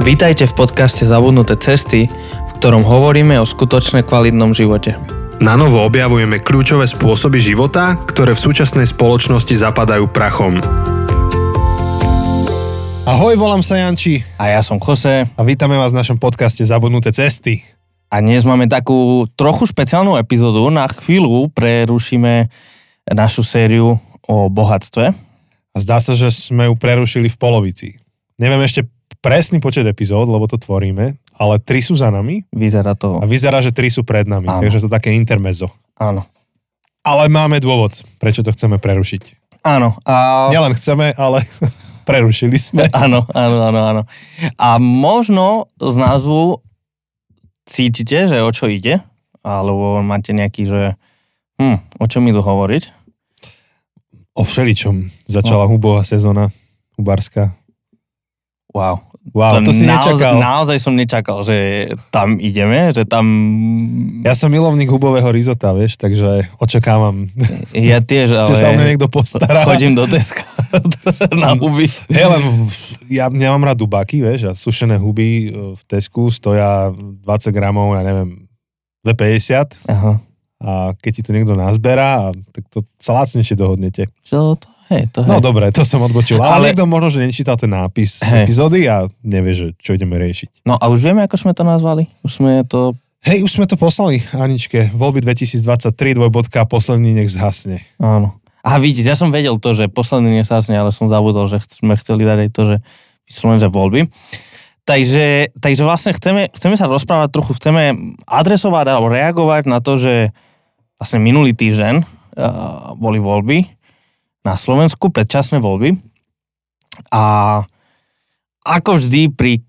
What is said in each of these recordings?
Vítajte v podcaste Zabudnuté cesty, v ktorom hovoríme o skutočne kvalitnom živote. Na novo objavujeme kľúčové spôsoby života, ktoré v súčasnej spoločnosti zapadajú prachom. Ahoj, volám sa Janči A ja som Jose. a vítame vás v našom podcaste Zabudnuté cesty. A dnes máme takú trochu špeciálnu epizódu. Na chvíľu prerušíme našu sériu o bohatstve. A zdá sa, že sme ju prerušili v polovici. Neviem ešte presný počet epizód, lebo to tvoríme, ale 3 sú za nami Vyzerá to. a vyzerá, že 3 sú pred nami, Áno. takže to také intermezzo. Áno. Ale máme dôvod, prečo to chceme prerušiť. Áno. Nielen chceme, ale prerušili sme. Áno. A možno z názvu cítite, že o čo ide, alebo máte nejaký, že o čom idú hovoriť. O všeličom začala hubová sezóna, hubárska. Wow, to si nečakal. Naozaj som nečakal, že tam ideme, že tam... Ja som milovník hubového risota, vieš, takže očakávam, Ja tiež, ale... že sa o mňa niekto postará. Chodím do Teska na huby. Hej, len ja nemám rád dubáky, vieš, a sušené huby v Tesku stoja 20 gramov, ja neviem, 2,50 Aha. a keď ti to niekto nazberá, tak to sa lacnejšie dohodnete. Čo to? Hej, to hej. No dobre, to som odbočil. Ale niekto možno, že nečítal ten nápis epizódy a nevie, že čo ideme riešiť. No a už vieme, ako sme to nazvali? Už sme to... Hej, už sme to poslali Aničke. Voľby 2023, posledný nech zhasne. Áno. A vidíš, ja som vedel to, že posledný nesásne, ale som zabudol, že sme chceli dať aj to, že vyslovene, že voľby. Takže vlastne chceme sa rozprávať trochu, chceme adresovať alebo reagovať na to, že vlastne minulý týždeň boli voľby na Slovensku, predčasné voľby. A ako vždy pri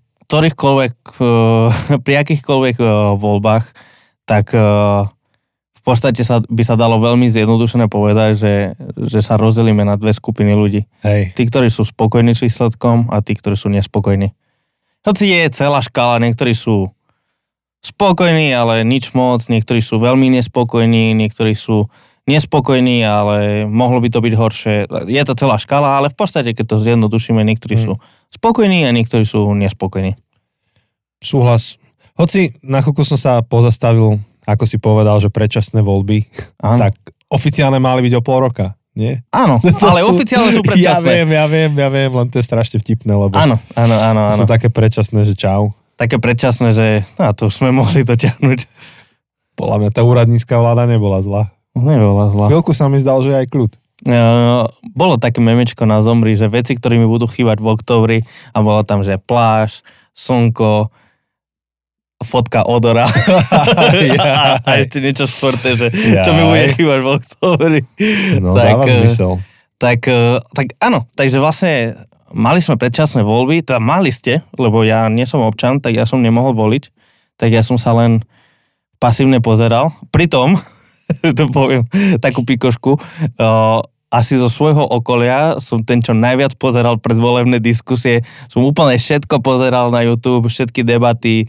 akýchkoľvek voľbách, tak v podstate by sa dalo veľmi zjednodušene povedať, že sa rozdelíme na dve skupiny ľudí. Hej. Tí, ktorí sú spokojní s výsledkom a tí, ktorí sú nespokojní. Hoci je celá škála, niektorí sú spokojní, ale nič moc, niektorí sú veľmi nespokojní, niektorí sú nespokojní, ale mohlo by to byť horšie. Je to celá škála, ale v podstate, keď to zjednodušíme, niektorí sú spokojní a niektorí sú nespokojní. Súhlas. Hoci na chvíľku som sa pozastavil, ako si povedal, že predčasné voľby, tak oficiálne mali byť o pol roka, nie? Áno, ale oficiálne sú predčasné. Ja viem, len to je strašne vtipné, lebo áno. sú také predčasné, že čau. Také predčasné, že to už sme mohli dotiahnuť. Podľa mňa tá úradnícka vláda nebola zlá. Nebola zlá. Chvíľku sa mi zdal, že aj kľud. Bolo také memečko na Zomri, že veci, ktoré mi budú chýbať v októbri, a bolo tam, že pláž, slnko, fotka Odora a ešte niečo v športe, že čo mi bude chýbať v októbri. No, dáva zmysel. Tak áno, takže vlastne mali sme predčasné voľby, teda mali ste, lebo ja nie som občan, tak ja som nemohol voliť, tak ja som sa len pasívne pozeral. Pritom to poviem, takú pikošku. Asi zo svojho okolia som ten, čo najviac pozeral predvolebné diskusie. Som úplne všetko pozeral na YouTube, všetky debaty.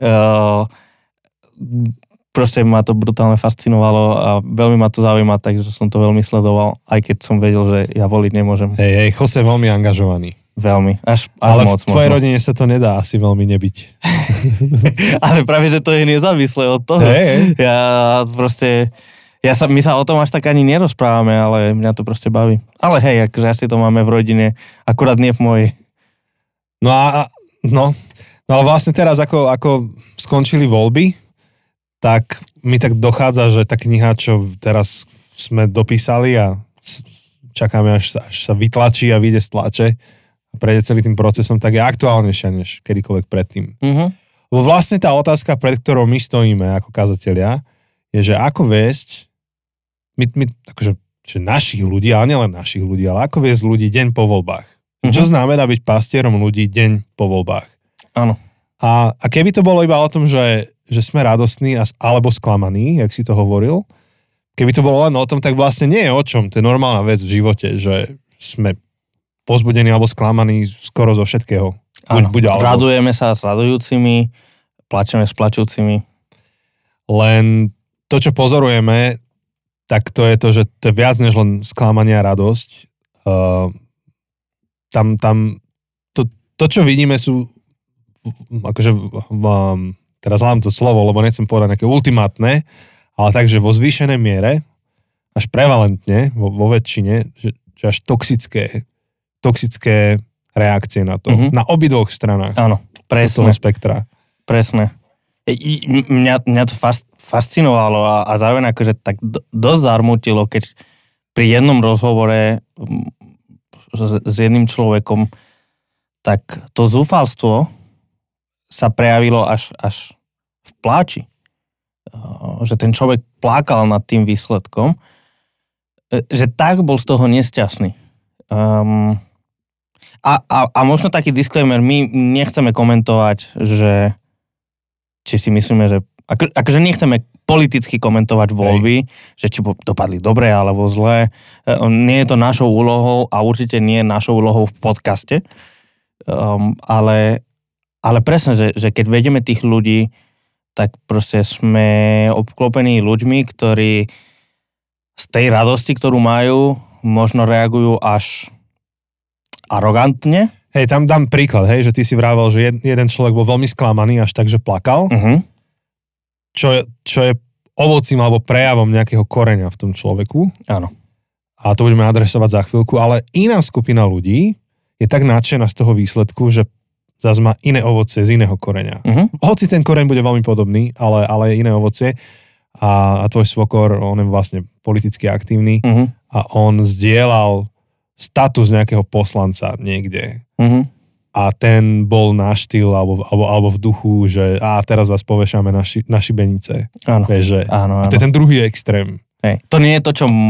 Proste ma to brutálne fascinovalo a veľmi ma to zaujíma, takže som to veľmi sledoval, aj keď som vedel, že ja voliť nemôžem. Hej, Jose je veľmi angažovaný. Veľmi, až ale moc. Ale v tvojej rodine sa to nedá asi veľmi nebyť. Ale práve, že to je nezávislé od toho. Hey. My sa o tom až tak ani nerozprávame, ale mňa to proste baví. Ale hej, akože asi to máme v rodine, akurát nie v mojej. No ale vlastne teraz, ako skončili voľby, tak mi tak dochádza, že tá kniha, čo teraz sme dopísali a čakáme, až sa vytlačí a vyjde z tlače, a prejde celý tým procesom, tak je aktuálnejšia než kedykoľvek predtým. Uh-huh. Lebo vlastne tá otázka, pred ktorou my stojíme ako kazatelia, je, že ako viesť my akože, že našich ľudí, ale nielen našich ľudí, ale ako viesť ľudí deň po voľbách. Uh-huh. Čo znamená byť pastierom ľudí deň po voľbách. Áno. A keby to bolo iba o tom, že sme radostní alebo sklamaní, jak si to hovoril, keby to bolo len o tom, tak vlastne nie je o čom. To je normálna vec v živote, že sme pozbudení alebo sklamaní skoro zo všetkého. Radujeme sa s radujúcimi, plačeme s plačúcimi. Len to, čo pozorujeme, tak to je to, že to je viac než len sklamanie a radosť. To, čo vidíme, sú akože teraz hľadám to slovo, lebo nechcem povedať nejaké ultimátne, ale takže vo zvýšenej miere, až prevalentne, vo väčšine, že až toxické reakcie na to. Na obidvoch stranách. Áno, presne. Toho spektra. Presne. Mňa to fascinovalo a zároveň akože tak dosť zarmútilo, keď pri jednom rozhovore s jedným človekom, tak to zúfalstvo sa prejavilo až v pláči. Že ten človek plakal nad tým výsledkom, že tak bol z toho nesťastný. A možno taký disclaimer, my nechceme komentovať, že či si myslíme, že akože nechceme politicky komentovať voľby, že či dopadli dobre alebo zle. Nie je to našou úlohou a určite nie je našou úlohou v podcaste. Ale presne, že keď vedieme tých ľudí, tak proste sme obklopení ľuďmi, ktorí z tej radosti, ktorú majú, možno reagujú až arogantne. Hej, tam dám príklad, hej, že ty si vravel, že jeden človek bol veľmi sklamaný, až tak, že plakal. Čo je ovocím alebo prejavom nejakého koreňa v tom človeku. Áno. A to budeme adresovať za chvíľku, ale iná skupina ľudí je tak nadšená z toho výsledku, že zase má iné ovocie z iného koreňa. Hoci ten koreň bude veľmi podobný, ale je iné ovocie. A tvoj svokor, on je vlastne politicky aktívny a on zdieľal status nejakého poslanca niekde. A ten bol na štýl alebo v duchu, že teraz vás povešame na šibenice. Áno. A to je ten druhý extrém. Hej. To nie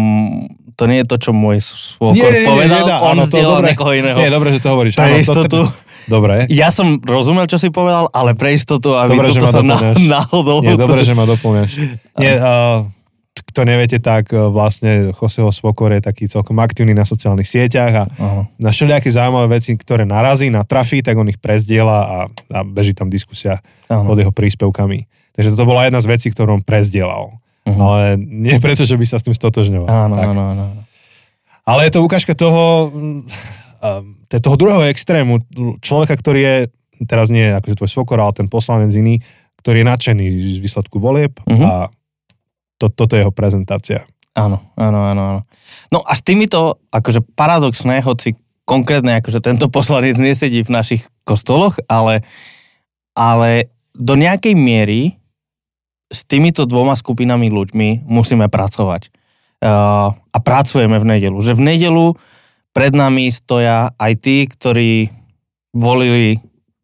je to, čo môj svokor povedal, on zdieľal niekoho iného. Nie, dobre, že to hovoríš. Pre istotu. Dobre. Ja som rozumel, čo si povedal, ale pre istotu, aby dobre, toto sa náhodou... Nie, dobre, že ma doplňaš. Nie, kto neviete, tak vlastne Joseho svokor je taký celkom aktívny na sociálnych sieťach a na všelijaké zaujímavé veci, ktoré narazí, natrafí, tak on ich prezdiela a beží tam diskusia pod jeho príspevkami. Takže toto bola jedna z vecí, ktorú on prezdielal. Ale nie preto, že by sa s tým stotožňoval. Áno. Ale je to ukážka toho druhého extrému. Človeka, ktorý je, teraz nie akože tvoj svokor, ale ten poslanec iný, ktorý je nadšený z výsledku volieb a toto je jeho prezentácia. Áno. No a s týmito, akože paradoxné, hoci konkrétne, akože tento poslanec nesedí v našich kostoloch, ale do nejakej miery s týmito dvoma skupinami ľuďmi musíme pracovať. A pracujeme v nedeľu. Že v nedeľu pred nami stoja aj tí, ktorí volili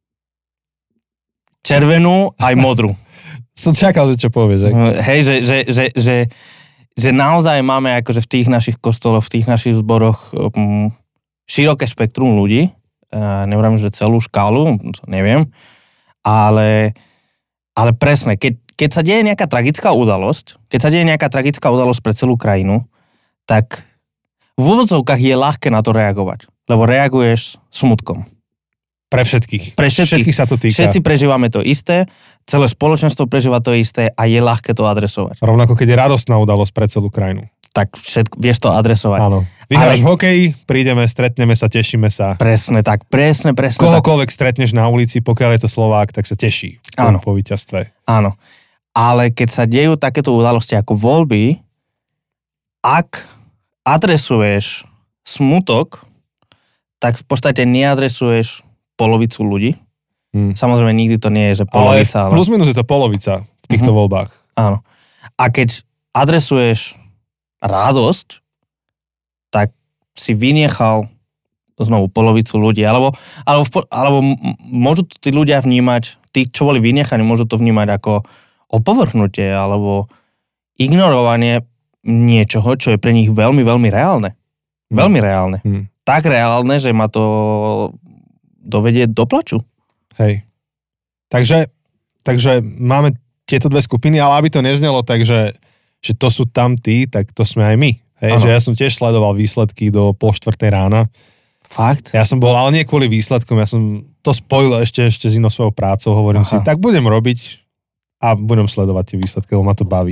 červenú aj modrú. Som čakal, že čo povieš. Hej, že naozaj máme akože v tých našich kostoloch, v tých našich zboroch široké spektrum ľudí. Nevrám, že celú škálu, neviem. Ale presne, keď sa deje nejaká tragická udalosť, pre celú krajinu, tak v úvodzovkách je ľahké na to reagovať. Lebo reaguješ smutkom. Pre všetkých. Všetkých sa to týka. Všetci prežívame to isté, celé spoločenstvo prežíva to isté a je ľahké to adresovať. Rovnako keď je radostná udalosť pre celú krajinu. Tak vieš to adresovať. Áno. Vyhráš v hokeji, prídeme, stretneme sa, tešíme sa. Presne tak. Kohokoľvek stretneš na ulici, pokiaľ je to Slovák, tak sa teší po víťazstve. Áno. Ale keď sa dejú takéto udalosti ako voľby, ak adresuješ smutok, tak v podstate neadresuješ polovicu ľudí. Samozrejme, nikdy to nie je, že polovica. Ale plus minus je to polovica v týchto voľbách. Áno. A keď adresuješ radosť, tak si vynechal znovu polovicu ľudí. Alebo môžu to tí ľudia vnímať, tí, čo boli vynechaní, môžu to vnímať ako opovrhnutie alebo ignorovanie niečoho, čo je pre nich veľmi, veľmi reálne. Veľmi reálne. Tak reálne, že ma to dovedie do plaču. Hej. Takže máme tieto dve skupiny, ale aby to neznelo tak, že to sú tam tí, tak to sme aj my. Hej, že ja som tiež sledoval výsledky do 3:30 rána. Fakt? Ja som bol, ale nie kvôli výsledkom, ja som to spojil ešte s inou svojou prácou, hovorím si, tak budem robiť a budem sledovať tie výsledky, lebo ma to baví.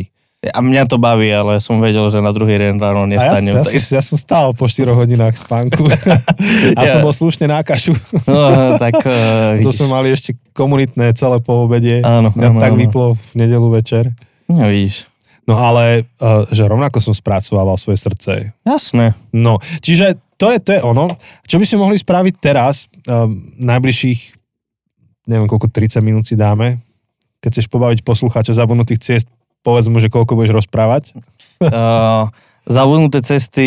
A mňa to baví, ale som vedel, že na druhý deň ráno nestanem. Ja som stál po 4 hodinách spánku a som bol slušne na kašu. No, tak to sme mali ešte komunitné celé po obede. Áno. Tak vyplo v nedeľu večer. No vidíš. No ale, že rovnako som spracovával svoje srdce. Jasné. No, čiže to je ono. Čo by sme mohli spraviť teraz, najbližších, neviem koľko, 30 minút si dáme, keď chceš pobaviť poslucháča zabudnutých ciest, povedz mu, že koľko budeš rozprávať. Zabudnuté cesty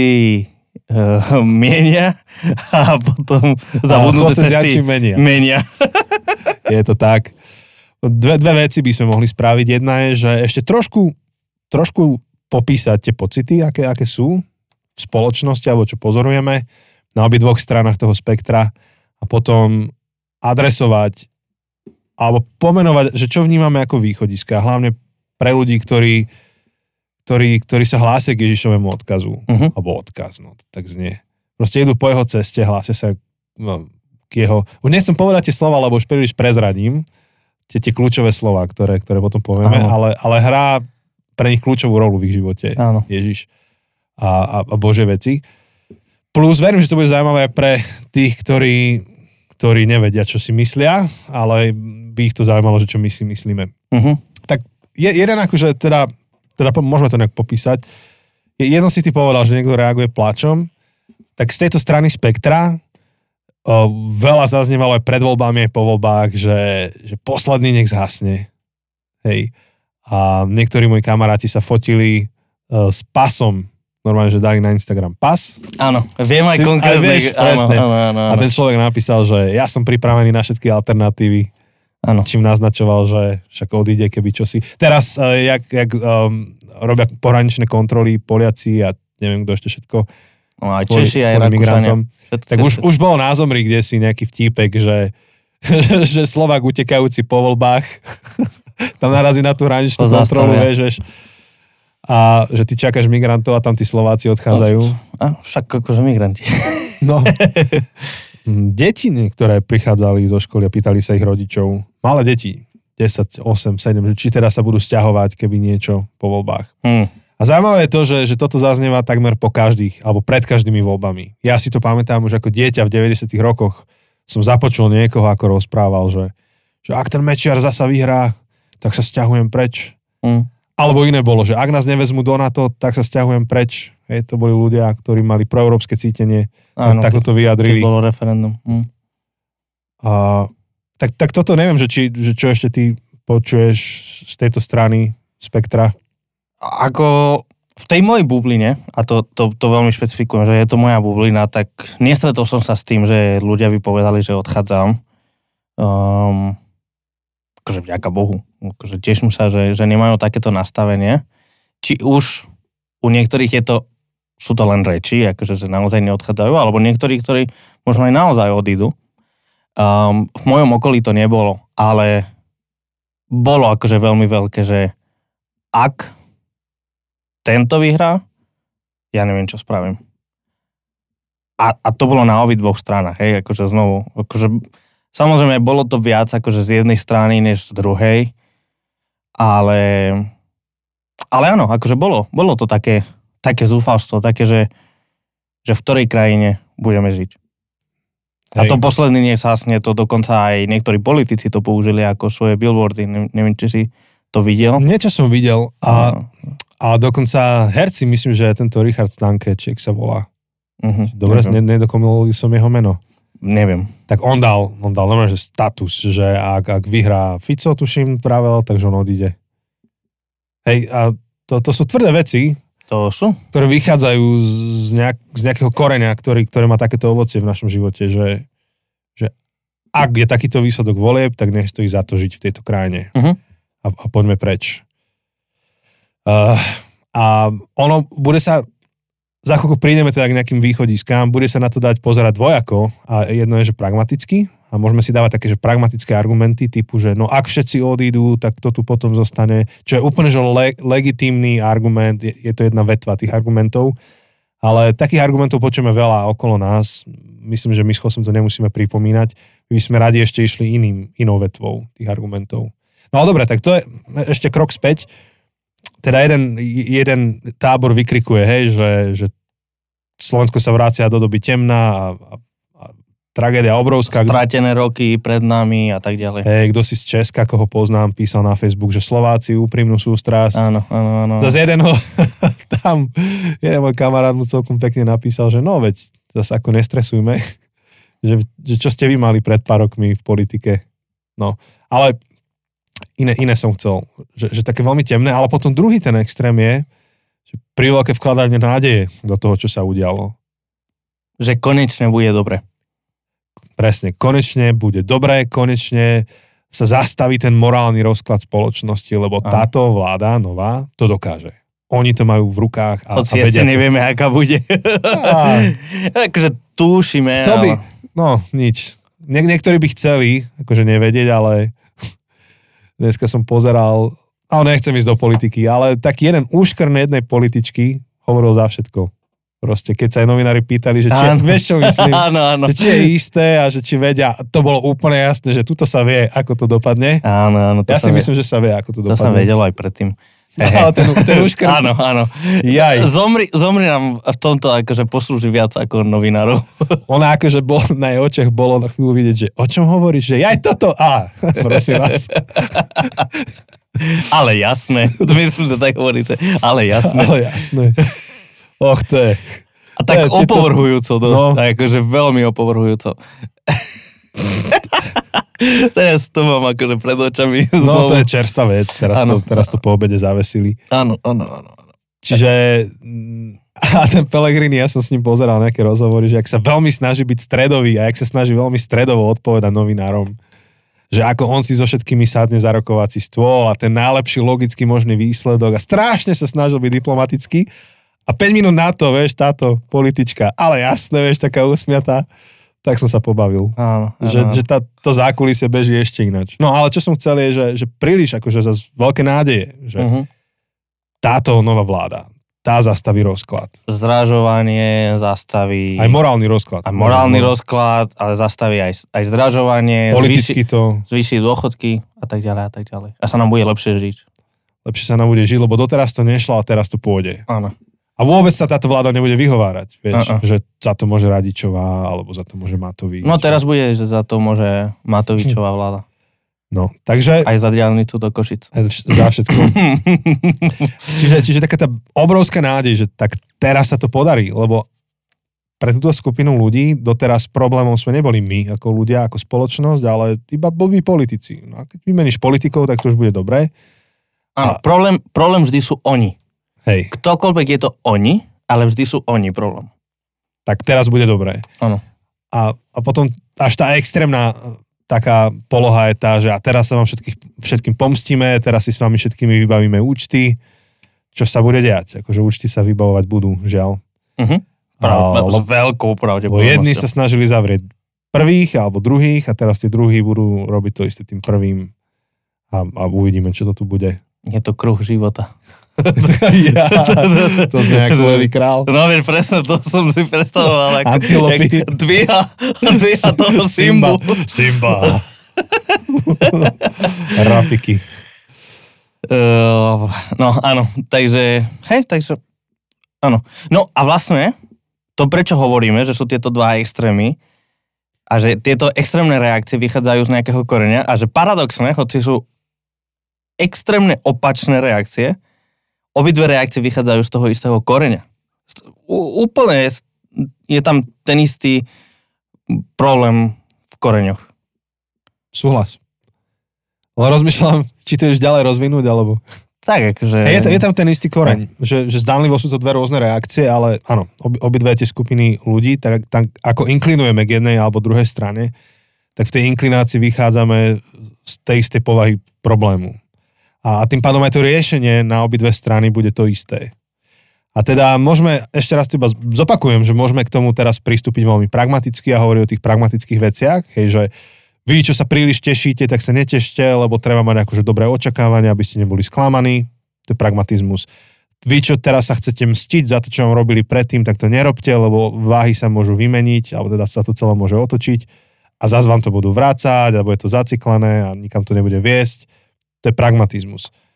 mienia a potom zabudnuté cesty menia. Je to tak. Dve veci by sme mohli spraviť. Jedna je, že ešte trošku popísať tie pocity, aké sú v spoločnosti, alebo čo pozorujeme na obidvoch stranách toho spektra a potom adresovať alebo pomenovať, že čo vnímame ako východiska, hlavne pre ľudí, ktorí sa hlásia k Ježišovému odkazu. Alebo odkaz, no tak znie. Proste idú po jeho ceste, hlásia sa k jeho... Už nechcem povedať tie slova, lebo už príliš prezradím tie kľúčové slova, ktoré potom povieme, ale hrá pre nich kľúčovú rolu v ich živote. Áno. Ježiš a Božie veci. Plus verím, že to bude zaujímavé pre tých, ktorí nevedia, čo si myslia, ale by ich to zaujímalo, že čo my si myslíme. Tak jeden akože, teda môžeme to nejak popísať. Jedno si ty povedal, že niekto reaguje plačom, tak z tejto strany spektra veľa zaznievalo aj pred voľbami, aj po voľbách, že posledný nech zhasne. Hej. A niektorí moji kamaráti sa fotili s pasom, normálne, že dali na Instagram pas. Áno, viem aj konkrétne. Áno. A ten človek napísal, že ja som pripravený na všetky alternatívy. Áno. Čím naznačoval, že však odíde, keby čosi. Teraz, jak robia pohraničné kontroly Poliaci a neviem, kto ešte všetko. No aj Češi, aj Rakúšania. Tak už bolo na Zomri, kde si nejaký vtípek, že Slovák utekajúci po voľbách tam narazí na tú hraničnú kontrolu, vieš. A že ty čakáš migrantov a tam tí Slováci odchádzajú. Však akože migranti. No. Deti niektoré prichádzali zo školy a pýtali sa ich rodičov. Malé deti, 10, 8, 7, či teda sa budú sťahovať, keby niečo po voľbách. A zaujímavé je to, že toto zaznieva takmer po každých, alebo pred každými voľbami. Ja si to pamätám už ako dieťa v 90. rokoch. Som započul niekoho, ako rozprával, že ak ten Mečiar zasa vyhrá, tak sa sťahujem preč. Alebo iné bolo, že ak nás nevezmú do NATO, tak sa sťahujem preč. Hej, to boli ľudia, ktorí mali proeurópske cítenie. Áno, tak to vyjadrili. Keď bolo referendum. Tak toto neviem, že čo ešte ty počuješ z tejto strany spektra. Ako v tej mojej bubline, a to veľmi špecifikujem, že je to moja bublina, tak nestretol som sa s tým, že ľudia by povedali, že odchádzam. Akože vďaka Bohu. Akože teším sa, že nemajú takéto nastavenie. Či už u niektorých sú to len reči, akože že naozaj neodchádzajú, alebo niektorí, ktorí možno aj naozaj odídu. V mojom okolí to nebolo, ale bolo akože veľmi veľké, že ak tento vyhrá, ja neviem, čo spravím. A to bolo na obidvoch stranách, hej, akože znovu, akože samozrejme, bolo to viac akože z jednej strany, než z druhej, ale áno, akože bolo to také zúfalstvo, také, že v ktorej krajine budeme žiť. Hej. A to posledný nesásne, to dokonca aj niektorí politici to použili ako svoje billboardy, neviem, či si to videl. Niečo som videl a dokonca herci, myslím, že tento Richard Stankečiek sa volá. Dobre, nedokomil som jeho meno. Neviem. Tak on dal normálne, že status, že ak vyhrá Fico, tuším, pravel, takže on odíde. Hej, a to sú tvrdé veci, to sú? Ktoré vychádzajú z nejakého koreňa, ktoré má takéto ovocie v našom živote, že ak je takýto výsledok volieb, tak nech stojí za to žiť v tejto krajine. A poďme preč. A ono bude sa za chvíľku prídeme teda k nejakým východiskám, bude sa na to dať pozerať dvojako a jedno je, že pragmaticky a môžeme si dávať také, že pragmatické argumenty typu, že no ak všetci odídu, tak to tu potom zostane, čo je úplne, že legitímny argument, je to jedna vetva tých argumentov, ale takých argumentov počujeme veľa okolo nás, myslím, že my s Chosom to nemusíme pripomínať, my sme radi ešte išli inou vetvou tých argumentov. No ale dobre, tak to je ešte krok späť. teda jeden tábor vykrikuje, hej, že Slovensko sa vracia do doby temná a tragédia obrovská. Stratené roky pred nami a tak ďalej. Hej, kto si z Česka, koho poznám, písal na Facebook, že Slováci úprimnú sústrasť. Áno. Zase jeden môj kamarát mu celkom pekne napísal, že no veď, zase ako nestresujme, že čo ste vy mali pred pár rokmi v politike. No, ale iné som chcel, že také veľmi temné, ale potom druhý ten extrém je, že príľaké vkladanie nádeje do toho, čo sa udialo. Že konečne bude dobre. Presne, konečne bude dobré, konečne sa zastaví ten morálny rozklad spoločnosti, lebo táto vláda nová to dokáže. Oni to majú v rukách a vedia to. Ešte nevieme, aká bude. Akože tušíme. No, nič. Niektorí by chceli, akože nevedieť, ale dneska som pozeral, nechcem ísť do politiky, ale taký jeden úškrn jednej političky hovoril za všetko. Proste, keď sa aj novinári pýtali, že vieš, čo myslím? Áno. Že či je isté a že či vedia. To bolo úplne jasné, že tuto sa vie, ako to dopadne. Áno. Ja si myslím, že sa vie, ako to dopadne. To sa vedelo aj predtým. Ale ten úškrn. Áno. Jaj. Zomri nám v tomto akože poslúži viac ako novinárov. Ona akože na jej očiach bolo na chvíľu vidieť, že o čom hovoríš, že jaj toto, prosím vás. Ale jasné. Myslím, že tak hovoríte. Ale jasné. Och, to je. A tak opovrhujúco dosť. No. Akože veľmi opovrhujúco. Teraz to mám akože pred očami. No, to je čerstvá vec. Teraz to po obede zavesili. Áno. Čiže a ten Pellegrini, ja som s ním pozeral nejaké rozhovory, že ak sa veľmi snaží byť stredový a ak sa snaží veľmi stredovo odpovedať novinárom, že ako on si so všetkými sadne za rokovací stôl a ten najlepší logický možný výsledok a strašne sa snažil byť diplomatický. A 5 minút na to, vieš, táto politička, ale jasné, vieš, taká usmiatá, tak som sa pobavil. Áno. Že to zákulisie beží ešte ináč. No ale čo som chcel je, že príliš akože zase veľké nádeje, že táto nová vláda, tá zastaví rozklad. Zdražovanie zastaví... Aj morálny rozklad. Rozklad, ale zastaví aj zdražovanie. Politicky zvýši dôchodky a tak ďalej. A sa nám bude lepšie žiť. Lepšie sa nám bude žiť, lebo doteraz to nešlo a teraz to pôjde. Áno. A vôbec sa táto vláda nebude vyhovárať, vieš, že za to môže Radičová, alebo za to môže Matovič. No teraz bude, že za to môže Matovičová vláda. No, takže... Aj za diaľnicu do Košic. Za všetko. čiže taká tá obrovská nádej, že tak teraz sa to podarí, lebo pre túto skupinu ľudí doteraz problémom sme neboli my, ako ľudia, ako spoločnosť, ale iba blbí politici. No a keď vymeníš politikov, tak to už bude dobré. Áno, problém vždy sú oni. Hej. Ktokoľvek je to oni, ale vždy sú oni problém. Tak teraz bude dobré. Áno. A potom až tá extrémna taká poloha je tá, že a teraz sa vám všetkým pomstíme, teraz si s vami všetkými vybavíme účty. Čo sa bude diať? Akože účty sa vybavovať budú, žiaľ. S veľkou pravdepodobnosťou. Jedni sa snažili zavrieť prvých alebo druhých a teraz tí druhí budú robiť to isté tým prvým a uvidíme, čo to tu bude. Je to kruh života. To znie ako Levý král. No vieš, presne to som si predstavoval. Antilopy. Dvíha toho Simba. Rafiky. No áno, takže áno. No a vlastne to, prečo hovoríme, že sú tieto dva extrémy a že tieto extrémne reakcie vychádzajú z nejakého koreňa a že paradoxne, hoci sú extrémne opačné reakcie, obidve reakcie vychádzajú z toho istého koreňa. Úplne je tam ten istý problém v koreňoch. Súhlas. Ale rozmýšľam, či to ideš ďalej rozvinúť, alebo... Tak, akože... Je tam ten istý koreň, že zdánlivo sú to dve rôzne reakcie, ale áno, obidve tie skupiny ľudí, tak ako inklinujeme k jednej alebo druhej strane, tak v tej inklinácii vychádzame z tej istej povahy problému. A tým pádom aj to riešenie na obidve strany bude to isté. A teda môžeme, ešte raz iba zopakujem, že môžeme k tomu teraz pristúpiť veľmi pragmaticky a hovoriť o tých pragmatických veciach, hej, že vy, čo sa príliš tešíte, tak sa netešte, lebo treba mať akože dobré očakávania, aby ste neboli sklamaní. To je pragmatizmus. Vy, čo teraz sa chcete mstiť za to, čo vám robili predtým, tak to nerobte, lebo váhy sa môžu vymeniť, alebo teda sa to celé môže otočiť a zase vám to budú vrácať, alebo je to zaciklené a nikam to nebude viesť. To je pragmatizmus.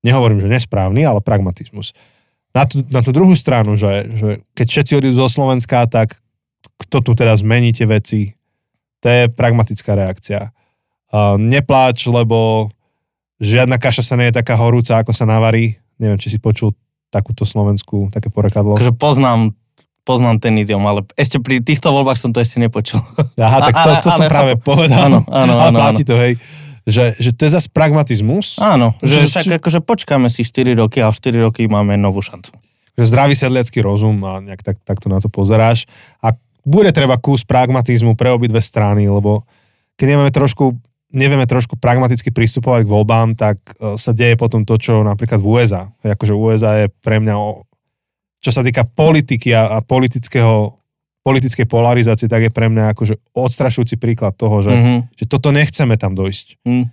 Nehovorím, že nesprávny, ale pragmatizmus. Na tú druhú stranu, že keď všetci odídu zo Slovenska, tak kto tu teraz zmení tie veci? To je pragmatická reakcia. Nepláč, lebo žiadna kaša sa nie je taká horúca, ako sa navarí. Neviem, či si počul takúto slovenskú, také porekadlo. Takže poznám ten idiom, ale ešte pri týchto voľbách som to ešte nepočul. Aha, tak to som práve povedal. Áno, ale platí to, hej. Že to je zase pragmatizmus. Áno, že však akože počkáme si 4 roky a v 4 roky máme novú šancu. Že zdravý sedliacky rozum a nejak takto na to pozeráš. A bude treba kus pragmatizmu pre obidve strany, lebo keď nevieme trošku pragmaticky pristupovať k voľbám, tak sa deje potom to, čo napríklad v USA. Akože USA je pre mňa, čo sa týka politiky a politickej polarizácie, tak je pre mňa akože odstrašujúci príklad toho, že toto nechceme tam dojsť.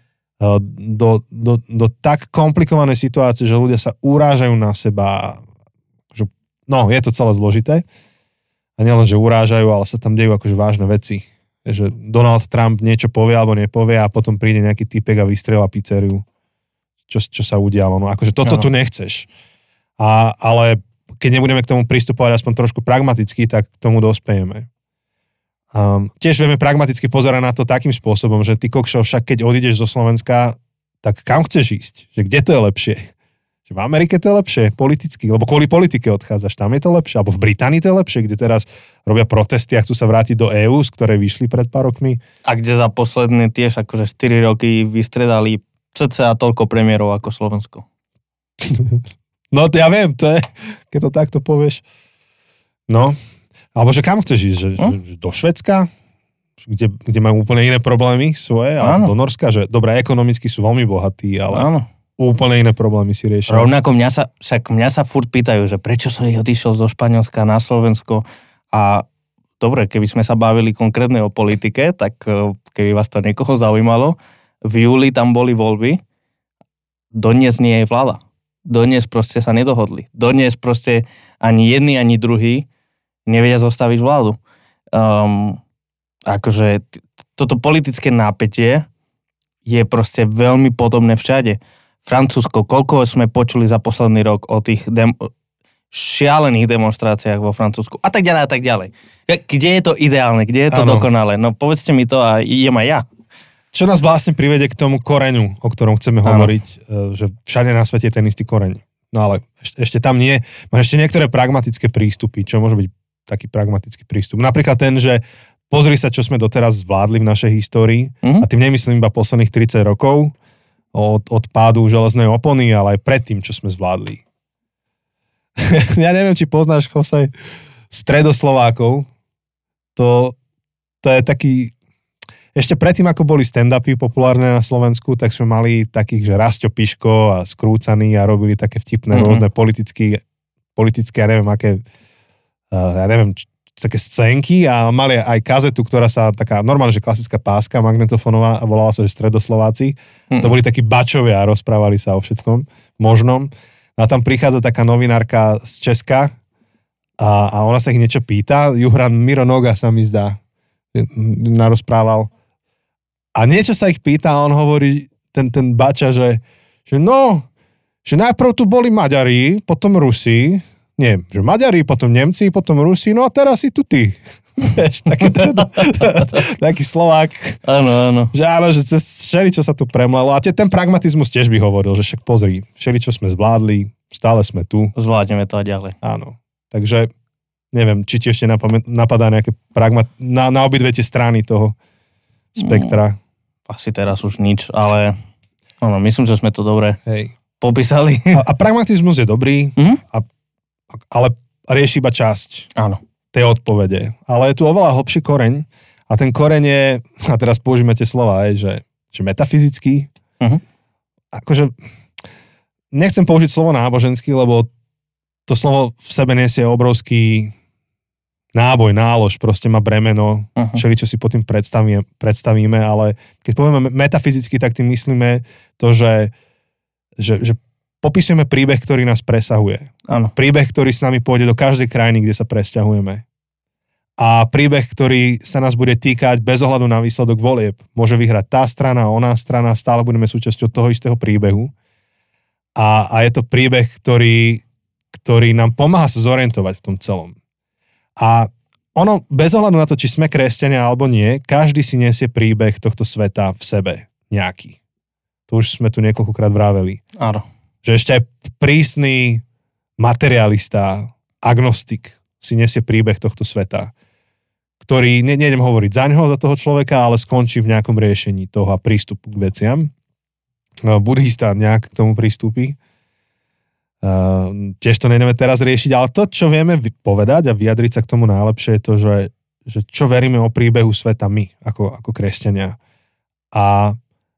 Do tak komplikovanej situácie, že ľudia sa urážajú na seba. No, je to celé zložité. A nielen, že urážajú, ale sa tam dejú akože vážne veci. Že Donald Trump niečo povie alebo nepovie a potom príde nejaký typek a vystrelá pizzeriu. Čo sa udialo. No akože toto tu nechceš. Ale keď nebudeme k tomu pristupovať aspoň trošku pragmaticky, tak k tomu dospejeme. Tiež vieme pragmaticky pozerať na to takým spôsobom, že ty kokšo, však keď odídeš zo Slovenska, tak kam chceš ísť? Že kde to je lepšie? Že v Amerike to je lepšie, politicky, lebo kvôli politike odchádzaš, tam je to lepšie. Alebo v Británii to je lepšie, kde teraz robia protesty a chcú sa vrátiť do EÚ, z ktorej vyšli pred pár rokmi. A kde za posledné tiež akože 4 roky vystredali cca toľko premiérov ako Slovensko. No to ja viem, to je, keď to takto povieš. No, alebo že kam chceš ísť? Že do Švédska? Kde majú úplne iné problémy svoje? Alebo do Norska? Že dobre, ekonomicky sú veľmi bohatí, ale áno. Úplne iné problémy si riešia. Rovnako mňa sa furt pýtajú, že prečo som odišiel zo Španielska na Slovensko a dobre, keby sme sa bavili konkrétne o politike, tak keby vás to niekoho zaujímalo, v júli tam boli voľby, dodnes nie je vláda. Dodnes proste sa nedohodli. Dodnes proste ani jedni, ani druhí nevedia zostaviť vládu. Akože toto politické nápätie je proste veľmi podobné všade. Francúzsko, koľko sme počuli za posledný rok o tých šialených demonstráciách vo Francúzsku a tak ďalej a tak ďalej. Kde je to ideálne, kde je to dokonalé? No povedzte mi to a idem aj ja. Čo nás vlastne privede k tomu koreňu, o ktorom chceme hovoriť, že všade na svete je ten istý koreň. No ale ešte tam nie. Máš ešte niektoré pragmatické prístupy, čo môže byť taký pragmatický prístup. Napríklad ten, že pozri sa, čo sme doteraz zvládli v našej histórii a tým nemyslím iba posledných 30 rokov, od pádu železnej opony, ale aj predtým, čo sme zvládli. Ja neviem, či poznáš, Jose, Stredoslovákov. To je taký... Ešte predtým, ako boli stand-upy populárne na Slovensku, tak sme mali takých, že Rasťo Piško a Skrúcaný a robili také vtipné rôzne politické, ja neviem, aké... Ja neviem, také scénky a mali aj kazetu, ktorá sa taká normálne, že klasická páska magnetofónová a volala sa, že Stredoslováci. To boli takí bačovia a rozprávali sa o všetkom možnom. A tam prichádza taká novinárka z Česka a ona sa ich niečo pýta. Juhran Miro Noga sa mi zdá, narozprával. A niečo sa ich pýta a on hovorí, ten bača, že najprv tu boli Maďari, potom Rusi, nie, že Maďari, potom Nemci, potom Rusi, no a teraz si tu ty. Vieš, taký Slovák. Áno. Že áno, že cez všeličo sa tu premlelo. A ten pragmatizmus tiež by hovoril, že však pozri, všeličo sme zvládli, stále sme tu. Zvládneme to aj ďalej. Áno. Takže neviem, či ti ešte napadá nejaké na obidve tie strany toho spektra. Asi teraz už nič, ale áno, myslím, že sme to dobre popísali. A pragmatizmus je dobrý, ale rieši iba časť tej odpovede. Ale je tu oveľa hlbší koreň a ten koreň je, a teraz použijeme tie slova, že metafyzický. Akože nechcem použiť slovo náboženský, lebo to slovo v sebe nesie obrovský náboj, nálož, proste má bremeno, všeličo si pod tým predstavíme, ale keď povieme metafyzicky, tak tým myslíme to, že popisujeme príbeh, ktorý nás presahuje. Áno. Príbeh, ktorý s nami pôjde do každej krajiny, kde sa presťahujeme. A príbeh, ktorý sa nás bude týkať bez ohľadu na výsledok volieb. Môže vyhrať tá strana, oná strana, stále budeme súčasťou toho istého príbehu. A je to príbeh, ktorý nám pomáha sa zorientovať v tom celom. A ono, bez ohľadu na to, či sme kresťania alebo nie, každý si nesie príbeh tohto sveta v sebe nejaký. To už sme tu niekoľkokrát vraveli. Áno. Že ešte aj prísny materialista, agnostik si nesie príbeh tohto sveta, ktorý, nejdem hovoriť za ňoho, za toho človeka, ale skončí v nejakom riešení toho a prístupu k veciam. Buddhista nejak k tomu prístupí. Tiež to nejdeme teraz riešiť, ale to, čo vieme povedať a vyjadriť sa k tomu najlepšie je to, že čo veríme o príbehu sveta my, ako kresťania. A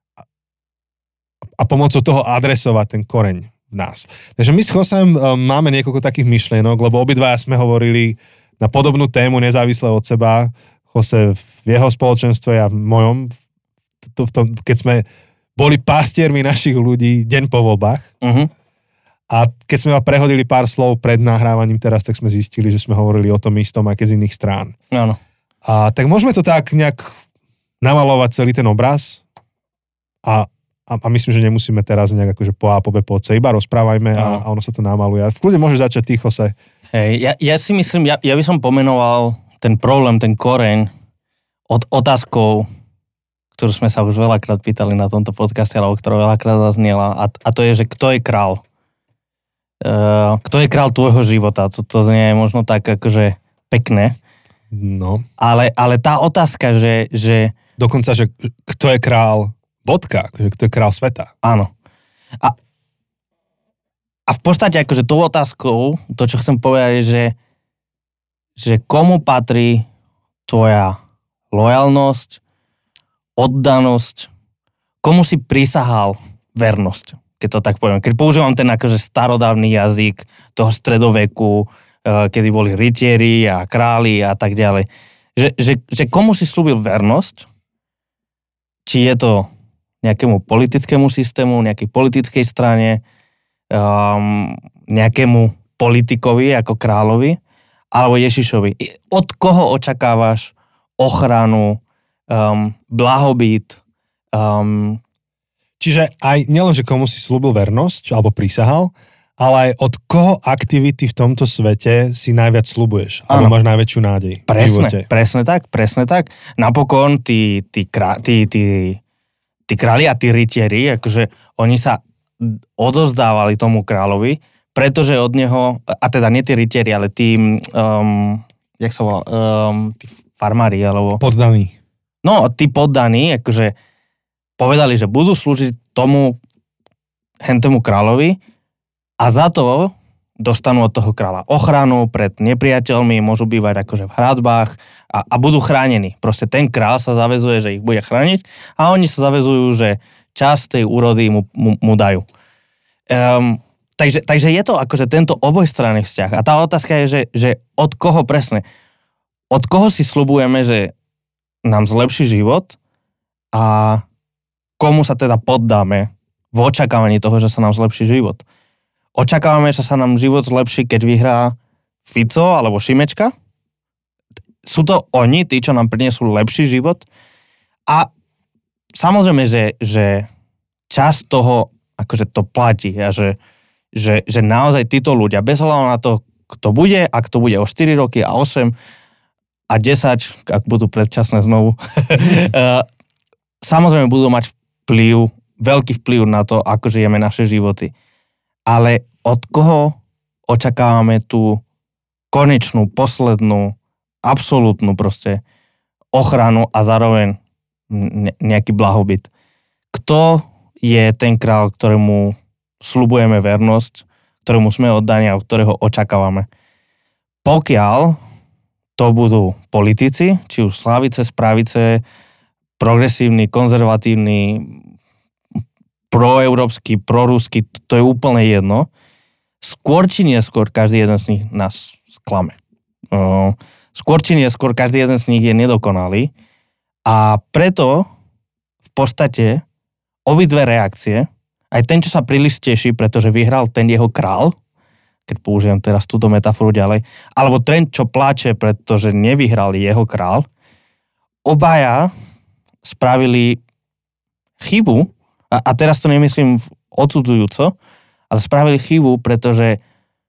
pomocou toho adresovať ten koreň v nás. Takže my s Josem máme niekoľko takých myšlienok, lebo obidvaja sme hovorili na podobnú tému nezávisle od seba. Jose v jeho spoločenstve a v mojom, keď sme boli pastiermi našich ľudí deň po voľbách. Uh-huh. A keď sme prehodili pár slov pred nahrávaním teraz, tak sme zistili, že sme hovorili o tom istom, aj keď z iných strán. Áno. A tak môžeme to tak nejak namalovať celý ten obraz a myslím, že nemusíme teraz nejak akože po A, po B, po C, iba rozprávajme a ono sa to namaluje. A v kľude môžeš začať ty, Jose. Hej, ja si myslím, ja by som pomenoval ten problém, ten koreň od otázkou, ktorú sme sa už veľakrát pýtali na tomto podcaste, alebo ktorá veľakrát zaznela, a to je, že kto je král? Kto je král tvojho života? To znie možno tak akože pekné. No. Ale tá otázka, že... Dokonca, že kto je král bodka, že kto je král sveta. Áno. A v podstate akože tou otázkou, to čo chcem povedať je, že komu patrí tvoja lojalnosť, oddanosť, komu si prisahal vernosť, keď to tak poviem. Keď používam ten akože starodávny jazyk toho stredoveku, kedy boli rytieri a králi a tak ďalej. Že komu si slúbil vernosť, či je to nejakému politickému systému, nejakej politickej strane, nejakému politikovi ako kráľovi, alebo Ježišovi. Od koho očakávaš ochranu, blahobyt? Čiže aj nielen, že komu si slúbil vernosť, alebo prísahal, ale aj od koho aktivity v tomto svete si najviac sľubuješ, alebo máš najväčšiu nádej v živote. Presne tak. Napokon tí králi a tí rytieri, akože oni sa odozdávali tomu kráľovi, pretože od neho, a teda nie tí rytieri, ale tí, jak sa volá, tí farmári, alebo... Poddaní. No, tí poddaní, akože povedali, že budú slúžiť tomu hentému kráľovi a za to dostanú od toho kráľa ochranu pred nepriateľmi, môžu bývať akože v hradbách a budú chránení. Proste ten kráľ sa zaväzuje, že ich bude chrániť a oni sa zaväzujú, že časť tej úrody mu dajú. Takže je to akože tento obojstranný vzťah. A tá otázka je, že od koho presne? Od koho si sľubujeme, že nám zlepší život a komu sa teda poddáme v očakávaní toho, že sa nám zlepší život? Očakávame, že sa nám život zlepší, keď vyhrá Fico alebo Šimečka? Sú to oni, tí, čo nám priniesú lepší život? A samozrejme, že časť toho, akože to platí a že naozaj títo ľudia, bez ohľadu na to, kto bude, ak to bude o 4 roky a 8 a 10, ak budú predčasné znovu, samozrejme budú mať veľký vplyv na to, ako žijeme naše životy. Ale od koho očakávame tú konečnú, poslednú, absolútnu proste ochranu a zároveň nejaký blahobyt? Kto je ten kráľ, ktorému sľubujeme vernosť, ktorému sme oddaní a ktorého očakávame? Pokiaľ to budú politici, či už z ľavice, z pravice, progresívny, konzervatívny, proeurópsky, proruský, to je úplne jedno. Skôr či neskôr každý jeden z nich nás sklame. Skôr či neskôr každý jeden z nich je nedokonalý a preto v podstate obidve reakcie, aj ten, čo sa príliš teší, pretože vyhral ten jeho král, keď použijem teraz túto metaforu ďalej, alebo ten, čo pláče, pretože nevyhral jeho král, obaja spravili chybu, a teraz to nemyslím odsudzujúco, ale spravili chybu, pretože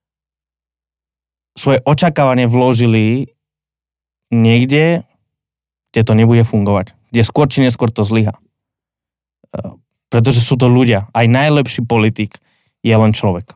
svoje očakávanie vložili niekde, kde to nebude fungovať. Kde skôr či neskôr to zlyha. Pretože sú to ľudia. Aj najlepší politik je len človek.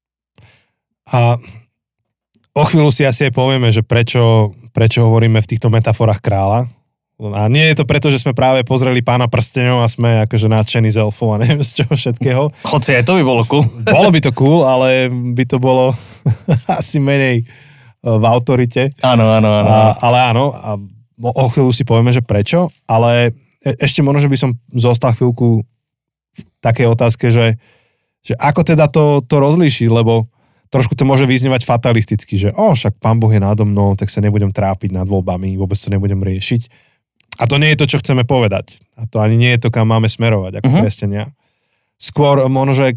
A o chvíľu si asi aj povieme, že prečo hovoríme v týchto metaforách kráľa. A nie je to preto, že sme práve pozreli Pána prsteňov a sme akože nadšení z elfov a neviem z čoho všetkého. Hoci aj to by bolo cool. Bolo by to cool, ale by to bolo asi menej v autorite. Áno. Ale áno, a o chvíľu si povieme, že prečo, ale ešte možno, že by som zostal chvíľku v takej otázke, že ako teda to rozlíšiť, lebo trošku to môže vyznievať fatalisticky, že však Pán Boh je nádo mnou, tak sa nebudem trápiť nad voľbami, vôbec to nebudem riešiť. A to nie je to, čo chceme povedať. A to ani nie je to, kam máme smerovať ako kresťania. Skôr možno, že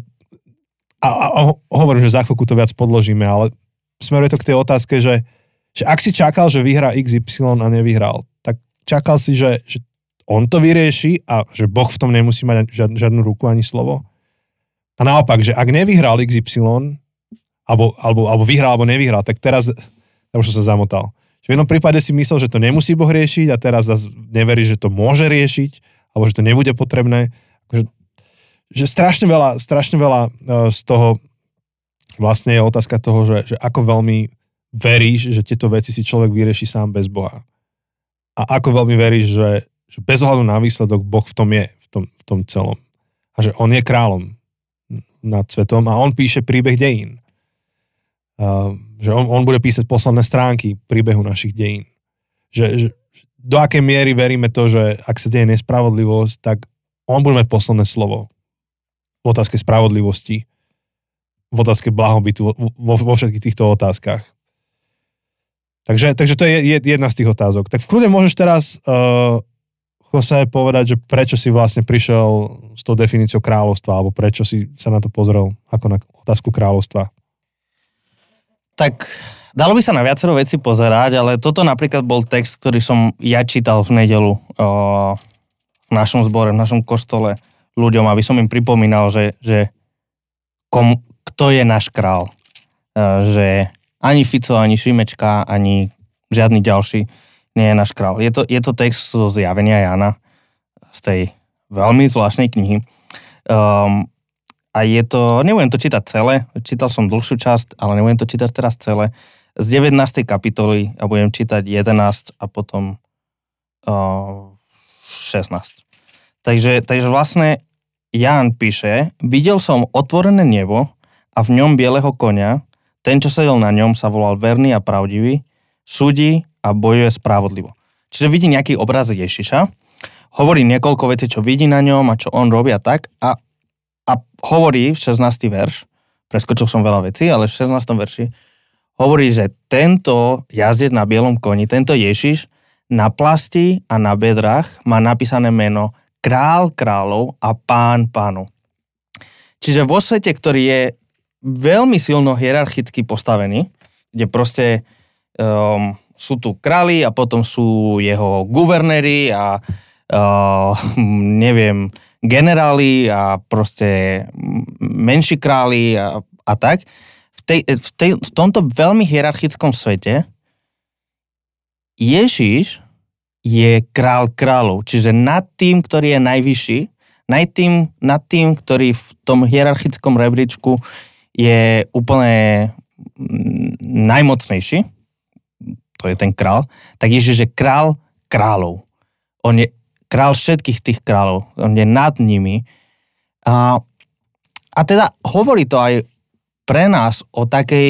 a hovorím, že za chvíľku to viac podložíme, ale smeruje to k tej otázke, že ak si čakal, že vyhrá XY a nevyhral, tak čakal si, že on to vyrieši a že Boh v tom nemusí mať žiadnu ruku ani slovo. A naopak, že ak nevyhral XY, alebo vyhral, alebo nevyhral, tak teraz, ja už som sa zamotal. V jednom prípade si myslel, že to nemusí Boh riešiť a teraz neverí, že to môže riešiť, alebo že to nebude potrebné. Že strašne veľa z toho vlastne je otázka toho, že ako veľmi veríš, že tieto veci si človek vyrieši sám bez Boha. A ako veľmi veríš, že bez ohľadu na výsledok Boh v tom je, v tom celom. A že on je kráľom nad svetom a on píše príbeh dejín. Že on bude písať posledné stránky príbehu našich dejín. Že do akej miery veríme to, že ak sa deje nespravodlivosť, tak on bude mať posledné slovo v otázke spravodlivosti, v otázke blahobytu, vo všetkých týchto otázkach. Takže to je jedna z tých otázok. Tak v kľude môžeš teraz Jose povedať, že prečo si vlastne prišiel s tou definíciou kráľovstva, alebo prečo si sa na to pozrel ako na otázku kráľovstva. Tak dalo by sa na viacero veci pozerať, ale toto napríklad bol text, ktorý som ja čítal v nedeľu v našom zbore, v našom kostole ľuďom, aby som im pripomínal, že kto je náš král. Že ani Fico, ani Šimečka, ani žiadny ďalší nie je náš král. Je to text zo Zjavenia Jána, z tej veľmi zvláštnej knihy. A je to, nebudem to čítať celé, čítal som dlhšiu časť, ale nebudem to čítať teraz celé, z 19. kapitoly a budem čítať 11 a potom 16. Takže vlastne Ján píše, videl som otvorené nebo a v ňom bieleho koňa, ten, čo sedel na ňom, sa volal verný a pravdivý, súdi a bojuje spravodlivo. Čiže vidí nejaký obraz Ježiša, hovorí niekoľko vecí, čo vidí na ňom a čo on robí a tak a hovorí v 16. verš, preskočil som veľa vecí, ale v 16. verši hovorí, že tento jazdec na bielom koni, tento Ježiš na plasti a na bedrách má napísané meno Král kráľov a Pán pánov. Čiže vo svete, ktorý je veľmi silno hierarchicky postavený, kde proste sú tu králi a potom sú jeho guvernéri a neviem, generáli a proste menší králi a tak. V tomto veľmi hierarchickom svete Ježiš je král kráľov, čiže nad tým, ktorý je najvyšší, nad tým, ktorý v tom hierarchickom rebríčku je úplne najmocnejší, to je ten král, tak Ježiš je král kráľov. On je král všetkých tých kráľov, on je nad nimi. A teda hovorí to aj pre nás o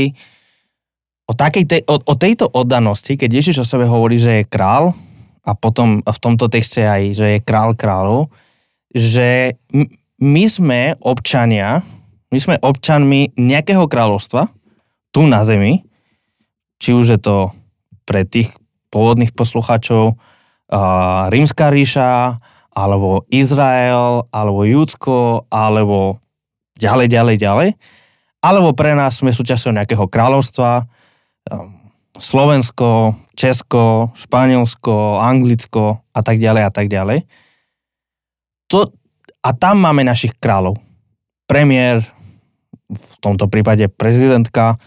tejto oddanosti, keď Ježiš o sebe hovorí, že je král, a potom v tomto texte aj, že je král kráľov, že my sme občanmi nejakého kráľovstva tu na zemi, či už je to pre tých pôvodných poslucháčov Rímska ríša, alebo Izrael, alebo Júdsko, alebo ďalej. Alebo pre nás sme súčasťou nejakého kráľovstva, Slovensko, Česko, Španielsko, Anglicko a tak ďalej. A tam máme našich kráľov. Premiér, v tomto prípade prezidentka,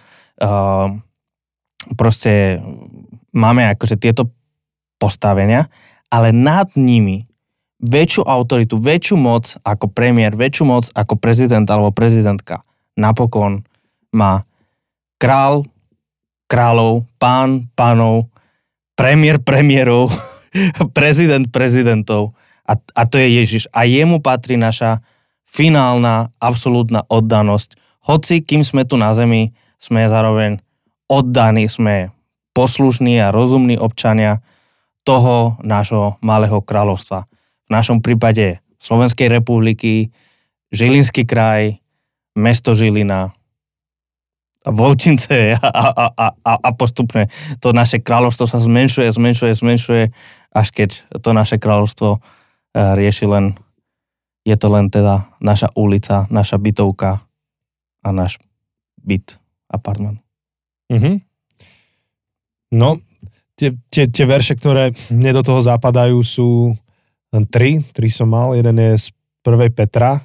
proste máme akože tieto postavenia, ale nad nimi väčšiu autoritu, väčšiu moc ako premiér, väčšiu moc ako prezident alebo prezidentka napokon má král, kráľov, pán, pánov, premiér, premiérov, prezident, prezidentov a to je Ježiš. A jemu patrí naša finálna, absolútna oddanosť. Hoci, kým sme tu na zemi, sme zároveň oddaní, sme poslušní a rozumní občania toho nášho malého kráľovstva. V našom prípade Slovenskej republiky, Žilinský kraj, mesto Žilina, Volčince a postupne to naše kráľovstvo sa zmenšuje, až keď to naše kráľovstvo rieši len, je to len teda naša ulica, naša bytovka a náš byt, apartman. Mhm. No, tie verše, ktoré mne do toho zapadajú, sú len tri som mal. Jeden je z 1. Petra,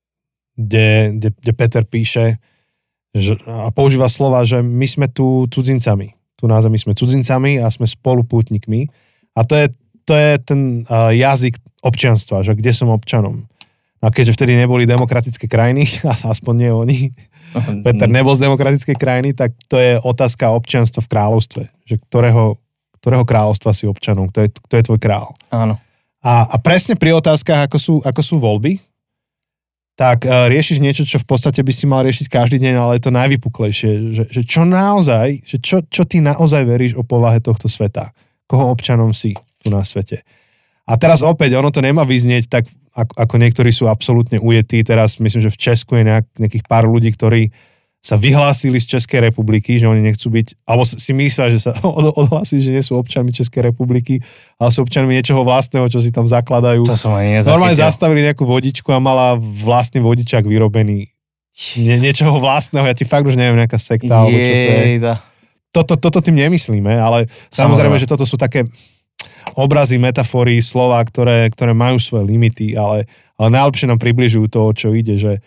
kde Peter píše a používa slova, že my sme tu cudzincami. Tu na zemi sme cudzincami a sme spolupútnikmi. A to je ten jazyk občianstva, že kde som občanom. A keďže vtedy neboli demokratické krajiny, aspoň nie oni, Peter nebol z demokratickej krajiny, tak to je otázka občianstva v kráľovstve. Že ktorého kráľovstva si občanom, kto je tvoj král. Áno. A presne pri otázkach, ako sú voľby, tak riešiš niečo, čo v podstate by si mal riešiť každý deň, ale je to najvypuklejšie. Že čo naozaj, že čo ty naozaj veríš o povahe tohto sveta? Koho občanom si tu na svete? A teraz opäť, ono to nemá vyznieť tak, ako niektorí sú absolútne ujetí. Teraz myslím, že v Česku je nejakých pár ľudí, ktorí sa vyhlásili z Českej republiky, že oni nechcú byť, alebo si myslia, že sa odhlásili, že nie sú občanmi Českej republiky, ale sú občanmi niečoho vlastného, čo si tam zakladajú. To som ani nezachytil. Normálne zastavili nejakú vodičku a mala vlastný vodičák vyrobený. Niečoho vlastného, ja ti fakt už neviem, nejaká sekta, alebo čo to je. Toto tým nemyslíme, ale samozrejme, že toto sú také obrazy, metafory, slova, ktoré majú svoje limity, ale najlepšie nám približujú to, o čo ide, že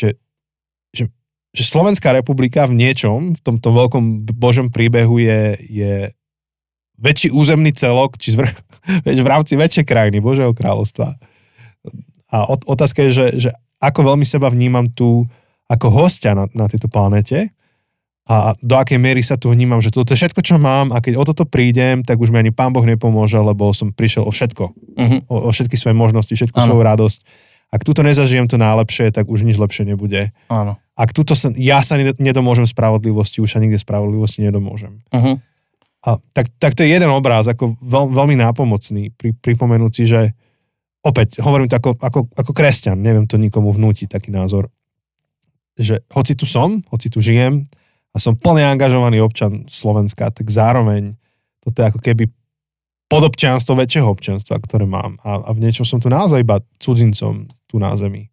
Slovenská republika v niečom, v tomto veľkom Božom príbehu je väčší územný celok, či v rámci väčšej krajiny, Božieho kráľovstva. A otázka je, že ako veľmi seba vnímam tu ako hostia na tejto planete a do akej miery sa tu vnímam, že toto je všetko, čo mám a keď o toto prídem, tak už mi ani Pán Boh nepomôže, lebo som prišiel o všetko. Uh-huh. O všetky svoje možnosti, všetku svoju radosť. Ak tuto nezažijem to najlepšie, tak už nič lepšie nebude. Áno. Ak tuto ja sa nedomôžem spravodlivosti, už sa nikde spravodlivosti nedomôžem. Uh-huh. A tak to je jeden obráz, ako veľmi nápomocný, pripomenúci, že opäť, hovorím to ako kresťan, neviem to nikomu vnútiť, taký názor, že hoci tu žijem a som plne angažovaný občan Slovenska, tak zároveň toto je ako keby podobčianstvo väčšieho občianstva, ktoré mám. A v niečom som tu naozaj iba cudzincom tu na zemi.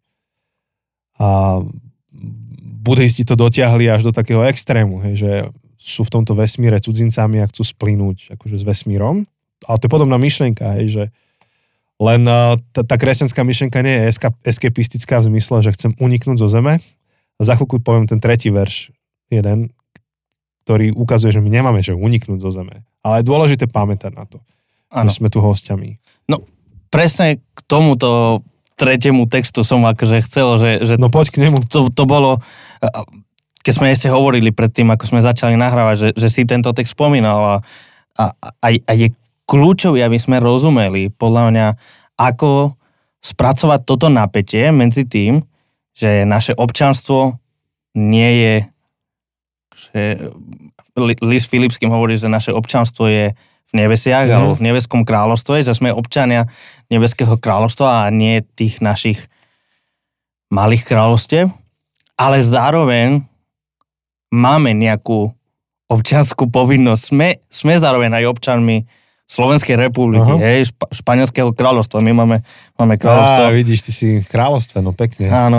A buddhisti to dotiahli až do takého extrému, hej, že sú v tomto vesmíre cudzincami a chcú splynúť akože s vesmírom. Ale to je podobná myšlienka, hej, že len tá kresťanská myšlienka nie je eskepistická v zmysle, že chcem uniknúť zo zeme. A za chvíľku poviem ten tretí verš, jeden, ktorý ukazuje, že my nemáme že uniknúť zo zeme. Ale je dôležité pamätať na to. Ano. Že sme tu hostiami. No, presne k tomuto tretiemu textu som akože chcel, že no poď k nemu. To bolo, keď sme ešte hovorili predtým, ako sme začali nahrávať, že si tento text spomínal a je kľúčový, aby sme rozumeli, podľa mňa, ako spracovať toto napätie medzi tým, že naše občianstvo nie je, že List Filipským hovorí, že naše občianstvo je v nebesiach alebo v nebeskom kráľovstve, že sme občania nebeského kráľovstva a nie tých našich malých kráľovstiev, ale zároveň máme nejakú občiansku povinnosť. Sme zároveň aj občanmi Slovenskej republiky, hej, Španielského kráľovstva. My máme kráľovstvo. Vidíš, ty si v kráľovstve, no pekne. Áno.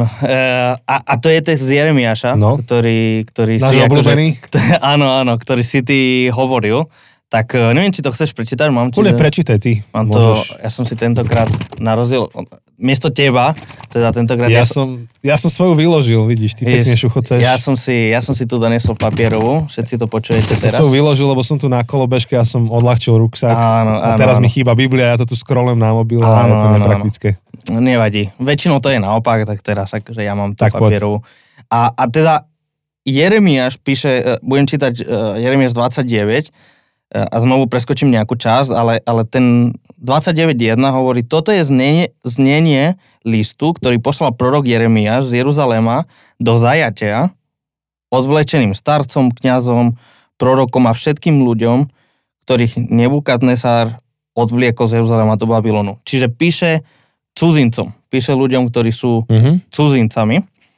A to je text z Jeremiáša, ktorý náš si obľúbený? Áno, ktorý si ty hovoril. Tak neviem, či to chceš prečítať. Kľudne prečítaj ty. Ja som si tentokrát na rozdiel, miesto teba, teda tentokrát... Ja som svoju vyložil, vidíš, ty pekne šuchoceš. Ja som si tu donesol papierovú, všetci to počujete teraz. Ja som svoju vyložil, lebo som tu na kolobežke, ja som odľahčil ruksak. Áno, a teraz mi chýba Biblia, ja to tu scrollujem na mobile a je to nepraktické. Nevadí. Väčšinou to je naopak, tak teraz akože ja mám tú tak papierovú. A teda Jeremiáš píše, budem čítať Jeremiáš 29 a znovu preskočím nejakú časť, ale ten 29.1 hovorí, toto je znenie listu, ktorý poslal prorok Jeremiáš z Jeruzalema do zajatia odvlečeným starcom, kňazom, prorokom a všetkým ľuďom, ktorých Nebukadnesár odvliekol z Jeruzalema do Babylonu. Čiže píše cudzincom, píše ľuďom, ktorí sú cudzincami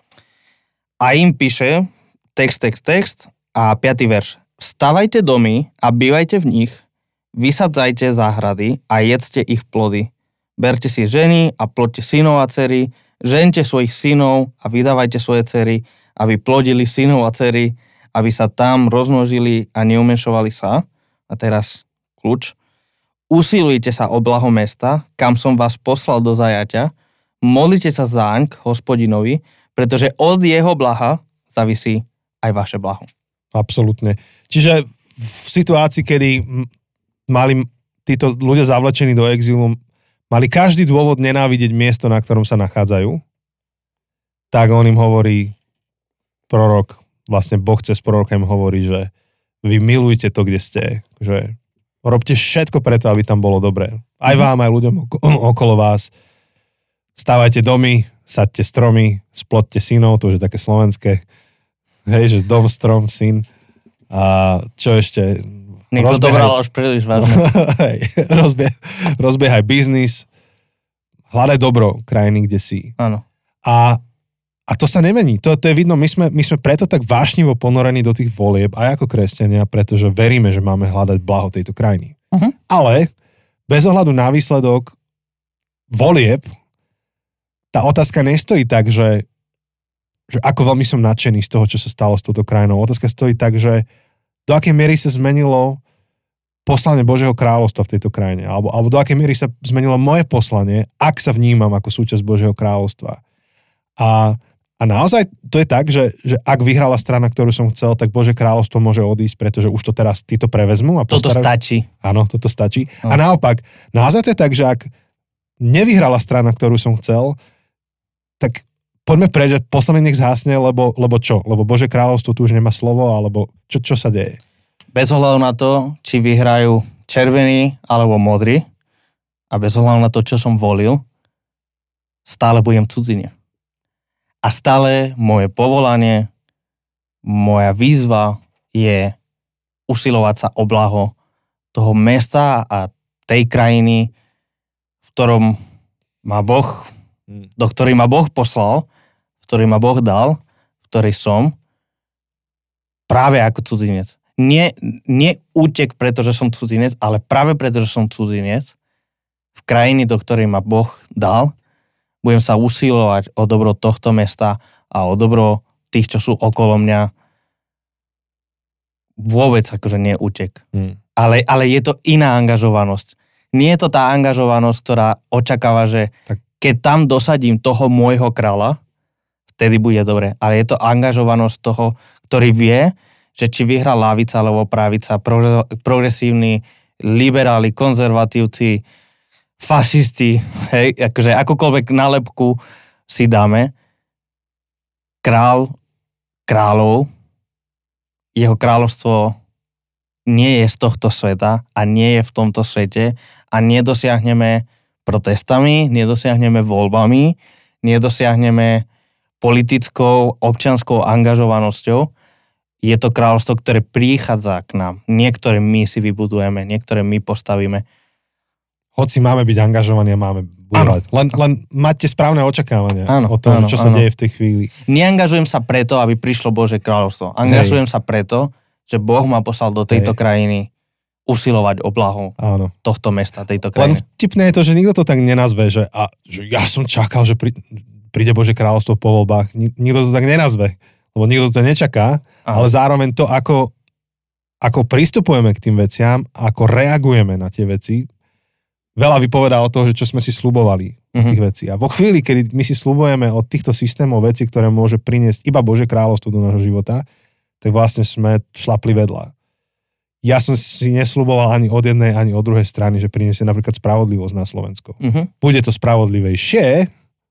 a im píše text a 5. verš. Stavajte domy a bývajte v nich, vysadzajte záhrady a jedzte ich plody. Berte si ženy a ploďte synov a dcery, žente svojich synov a vydávajte svoje dcery, aby plodili synov a dcery, aby sa tam rozmnožili a neumenšovali sa. A teraz kľúč. Usilujte sa o blaho mesta, kam som vás poslal do zajatia, modlite sa záň k Hospodinovi, pretože od jeho blaha závisí aj vaše blaho. Absolútne. Čiže v situácii, kedy mali títo ľudia zavlečení do exílu, mali každý dôvod nenávidieť miesto, na ktorom sa nachádzajú, tak on im hovorí, prorok, vlastne Boh cez proroka im hovorí, že vy milujte to, kde ste, že robte všetko preto, aby tam bolo dobré. Aj vám, aj ľuďom okolo vás. Stávajte domy, saďte stromy, splodte synov, to už je také slovenské. Hej, že dom, strom, syn. A čo ešte? Niekto to bral až príliš vážne. Rozbiehaj biznis. Hľadaj dobro krajiny, kde si. Áno. A to sa nemení. To je vidno, my sme preto tak vášnivo ponorení do tých volieb, aj ako kresťania, pretože veríme, že máme hľadať blaho tejto krajiny. Ale bez ohľadu na výsledok volieb, tá otázka nestojí tak, že ako veľmi som nadšený z toho, čo sa stalo s touto krajinou. Otázka stojí tak, že do akej miery sa zmenilo poslanie Božieho kráľovstva v tejto krajine. Alebo do akej miery sa zmenilo moje poslanie, ak sa vnímam ako súčasť Božieho kráľovstva. A naozaj to je tak, že ak vyhrala strana, ktorú som chcel, tak Božie kráľovstvo môže odísť, pretože už to teraz títo prevezmú. A toto stačí. Áno, toto stačí. A naopak, naozaj to je tak, že ak nevyhrala strana, ktorú som chcel, tak poďme preč, že poslanie nech zhasne, lebo čo? Lebo Božie kráľovstvo tu už nemá slovo, alebo čo sa deje? Bez ohľadu na to, či vyhrajú červení alebo modrí a bez ohľadu na to, čo som volil, stále budem cudzine. A stále moje povolanie, moja výzva je usilovať sa o blaho toho mesta a tej krajiny, v ktorom ma Boh, do ktorej ma Boh poslal, v ktorej ma Boh dal, v ktorej som, práve ako cudzinec. Nie útek, pretože som cudzinec, ale práve pretože som cudzinec, v krajine, do ktorej ma Boh dal, budem sa usilovať o dobro tohto mesta a o dobro tých, čo sú okolo mňa. Vôbec akože nie útek. Ale je to iná angažovanosť. Nie je to tá angažovanosť, ktorá očakáva, že keď tam dosadím toho môjho kráľa, vtedy bude dobre. Ale je to angažovanosť toho, ktorý vie, že či vyhrá ľavica alebo pravica, progresívni, liberáli, konzervatívci, fašisti, hej, akože akúkoľvek nálepku si dáme, kráľov, jeho kráľovstvo nie je z tohto sveta a nie je v tomto svete a nedosiahneme protestami, nedosiahneme voľbami, nedosiahneme politickou, občianskou angažovanosťou. Je to kráľovstvo, ktoré prichádza k nám. Niektoré my si vybudujeme, niektoré my postavíme. Hoci máme byť angažovaní a máme budovať. Len máte správne očakávania o tom, čo sa deje v tej chvíli. Neangažujem sa preto, aby prišlo Božie kráľovstvo. Angažujem sa preto, že Boh ma poslal do tejto krajiny usilovať o blaho tohto mesta, tejto krajiny. Len vtipné je to, že nikto to tak nenazve, že ja som čakal, že príde Božie kráľovstvo po voľbách. Nikto to tak nenazve, lebo nikto to nečaká, ale zároveň to, ako pristupujeme k tým veciam, ako reagujeme na tie veci, veľa vypovedá o toho, že čo sme si sľubovali tých vecí. A vo chvíli, kedy my si sľubujeme od týchto systémov veci, ktoré môže priniesť iba Božie kráľovstvo do nášho života, tak vlastne sme šlapli vedľa. Ja som si nesľuboval ani od jednej, ani od druhej strany, že priniesie napríklad spravodlivosť na Slovensko. Bude to spravodlivejšie,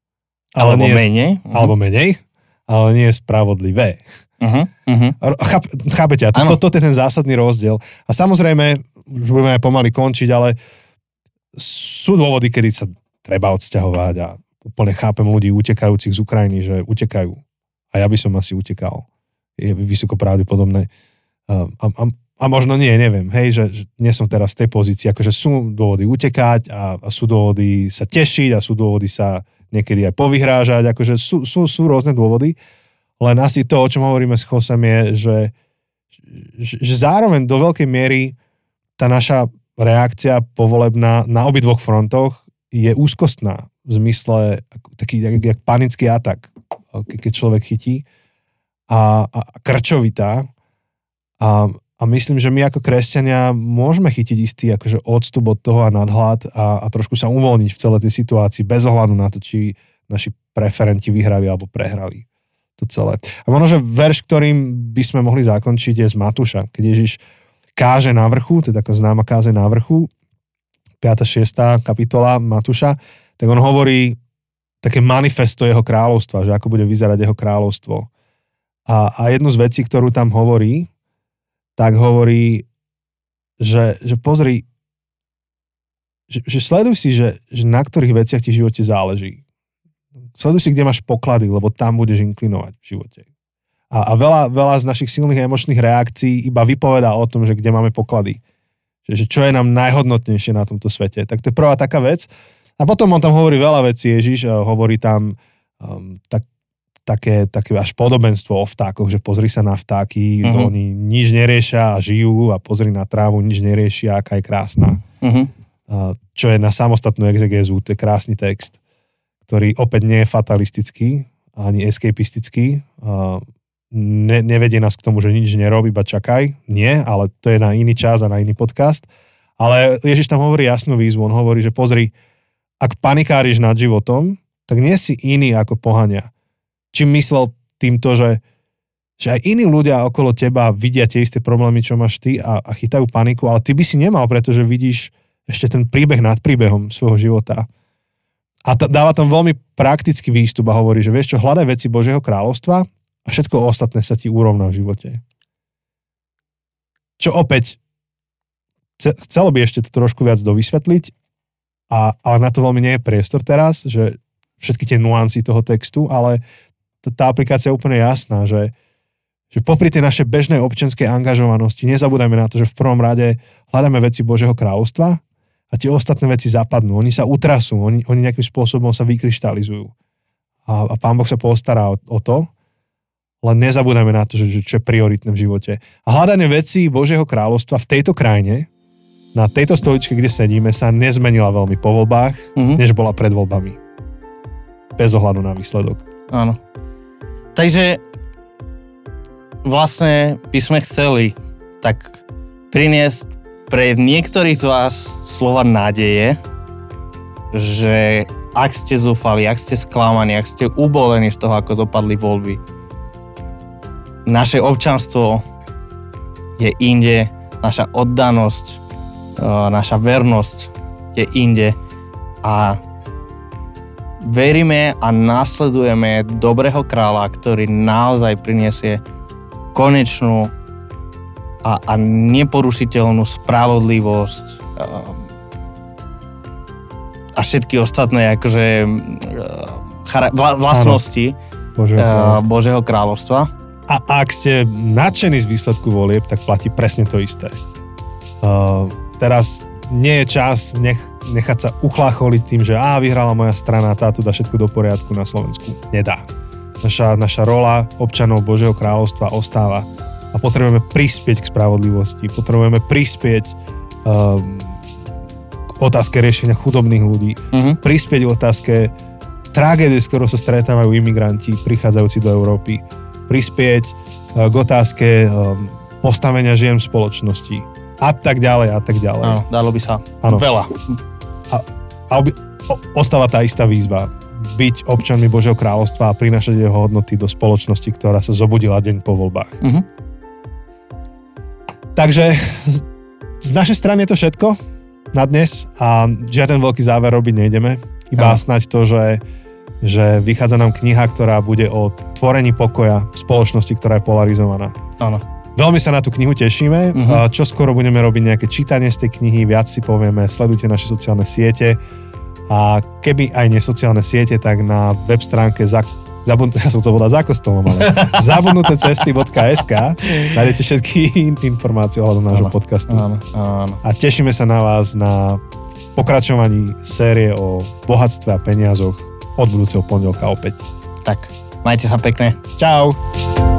alebo menej, ale nie je spravodlivé. Chápete? A toto je ten zásadný rozdiel. A samozrejme, už budeme aj pomaly končiť, ale sú dôvody, kedy sa treba odsťahovať a úplne chápem ľudí utekajúcich z Ukrajiny, že utekajú. A ja by som asi utekal. Je vysoko pravdepodobné. A možno nie, neviem. Hej, že nie som teraz v tej pozícii. Akože sú dôvody utekať a sú dôvody sa tešiť a sú dôvody sa niekedy aj povyhrážať. Akože sú rôzne dôvody. Len asi to, o čom hovoríme s Chosem je, že zároveň do veľkej miery tá naša reakcia povolebná na obidvoch frontoch je úzkostná v zmysle taký jak panický atak, keď človek chytí a krčovitá a myslím, že my ako kresťania môžeme chytiť istý akože odstup od toho a nadhľad a trošku sa uvoľniť v celej tej situácii bez ohľadu na to, či naši preferenti vyhrali alebo prehrali to celé. A možno, že verš, ktorým by sme mohli zakončiť, je z Matúša, keď Ježiš káže na vrchu, to je taká známa kázeň na vrchu, 5. 6. kapitola Matúša, tak on hovorí také manifesto jeho kráľovstva, že ako bude vyzerať jeho kráľovstvo. A jednu z vecí, ktorú tam hovorí, tak hovorí, že pozri, že sleduj si, že na ktorých veciach ti v živote záleží. Sleduj si, kde máš poklady, lebo tam budeš inklinovať v živote. A veľa z našich silných emočných reakcií iba vypovedá o tom, že kde máme poklady. Že čo je nám najhodnotnejšie na tomto svete. Tak to je prvá taká vec. A potom on tam hovorí veľa vecí, Ježiš, hovorí tam také až podobenstvo o vtákoch, že pozri sa na vtáky, oni nič neriešia a žijú a pozri na trávu, nič neriešia, aká je krásna. Čo je na samostatnú exegézu, to je krásny text, ktorý opäť nie je fatalistický, ani escapistický, nevedie nás k tomu, že nič nerob, iba čakaj. Nie, ale to je na iný čas a na iný podcast. Ale Ježiš tam hovorí jasnú výzvu. On hovorí, že pozri, ak panikáriš nad životom, tak nie si iný ako pohania. Čím myslel týmto, že aj iní ľudia okolo teba vidia tie isté problémy, čo máš ty a chytajú paniku, ale ty by si nemal, pretože vidíš ešte ten príbeh nad príbehom svojho života. A dáva tam veľmi praktický výstup a hovorí, že vieš čo, hľadaj veci Božieho kráľovstva a všetko ostatné sa ti urovná v živote. Čo opäť, chcelo by ešte to trošku viac dovysvetliť, ale na to veľmi nie je priestor teraz, že všetky tie nuancy toho textu, ale tá aplikácia je úplne jasná, že popri tej našej bežnej občianskej angažovanosti nezabúdajme na to, že v prvom rade hľadáme veci Božieho kráľovstva a tie ostatné veci zapadnú. Oni sa utrasú, oni nejakým spôsobom sa vykryštalizujú. A Pán Boh sa postará o to, len nezabúdajme na to, že čo je prioritné v živote. A hľadanie vecí Božieho kráľovstva v tejto krajine, na tejto stoličke, kde sedíme, sa nezmenila veľmi po voľbách, než bola pred voľbami. Bez ohľadu na výsledok. Áno. Takže vlastne by sme chceli tak priniesť pre niektorých z vás slova nádeje, že ak ste zúfali, ak ste sklamaní, ak ste ubolení z toho, ako dopadli voľby, naše občanstvo je inde, naša oddanosť, naša vernosť je inde a veríme a nasledujeme dobrého kráľa, ktorý naozaj prinesie konečnú a neporušiteľnú spravodlivosť a všetky ostatné akože vlastnosti Božieho kráľovstva. A ak ste nadšení z výsledku volieb, tak platí presne to isté. Teraz nie je čas nechať sa uchlácholiť tým, že vyhrala moja strana, tá tu dá všetko do poriadku na Slovensku. Nedá. Naša rola občanov Božieho kráľovstva ostáva a potrebujeme prispieť k spravodlivosti, potrebujeme prispieť k otázke riešenia chudobných ľudí, prispieť k otázke tragédie, s ktorou sa stretávajú imigranti prichádzajúci do Európy, prispieť k otázke postavenia žien v spoločnosti a tak ďalej a tak ďalej. Áno, dalo by sa veľa. ostáva tá istá výzva. Byť občanmi Božieho kráľovstva a prinášať jeho hodnoty do spoločnosti, ktorá sa zobudila deň po voľbách. Takže z našej strany je to všetko na dnes a žiaden veľký záver robiť nejdeme. Iba snáď to, že vychádza nám kniha, ktorá bude o tvorení pokoja v spoločnosti, ktorá je polarizovaná. Áno. Veľmi sa na tú knihu tešíme. Čo skoro budeme robiť nejaké čítanie z tej knihy, viac si povieme, sledujte naše sociálne siete. A keby aj nie sociálne siete, tak na web stránke ja som chcel povedať za kostolom, ale zabudnutecesty.sk nájdete všetky informácie ohľadom nášho podcastu. Áno. A tešíme sa na vás na pokračovaní série o bohatstve a peniazoch od budúceho pondelka opäť. Tak, majte sa pekne. Čau!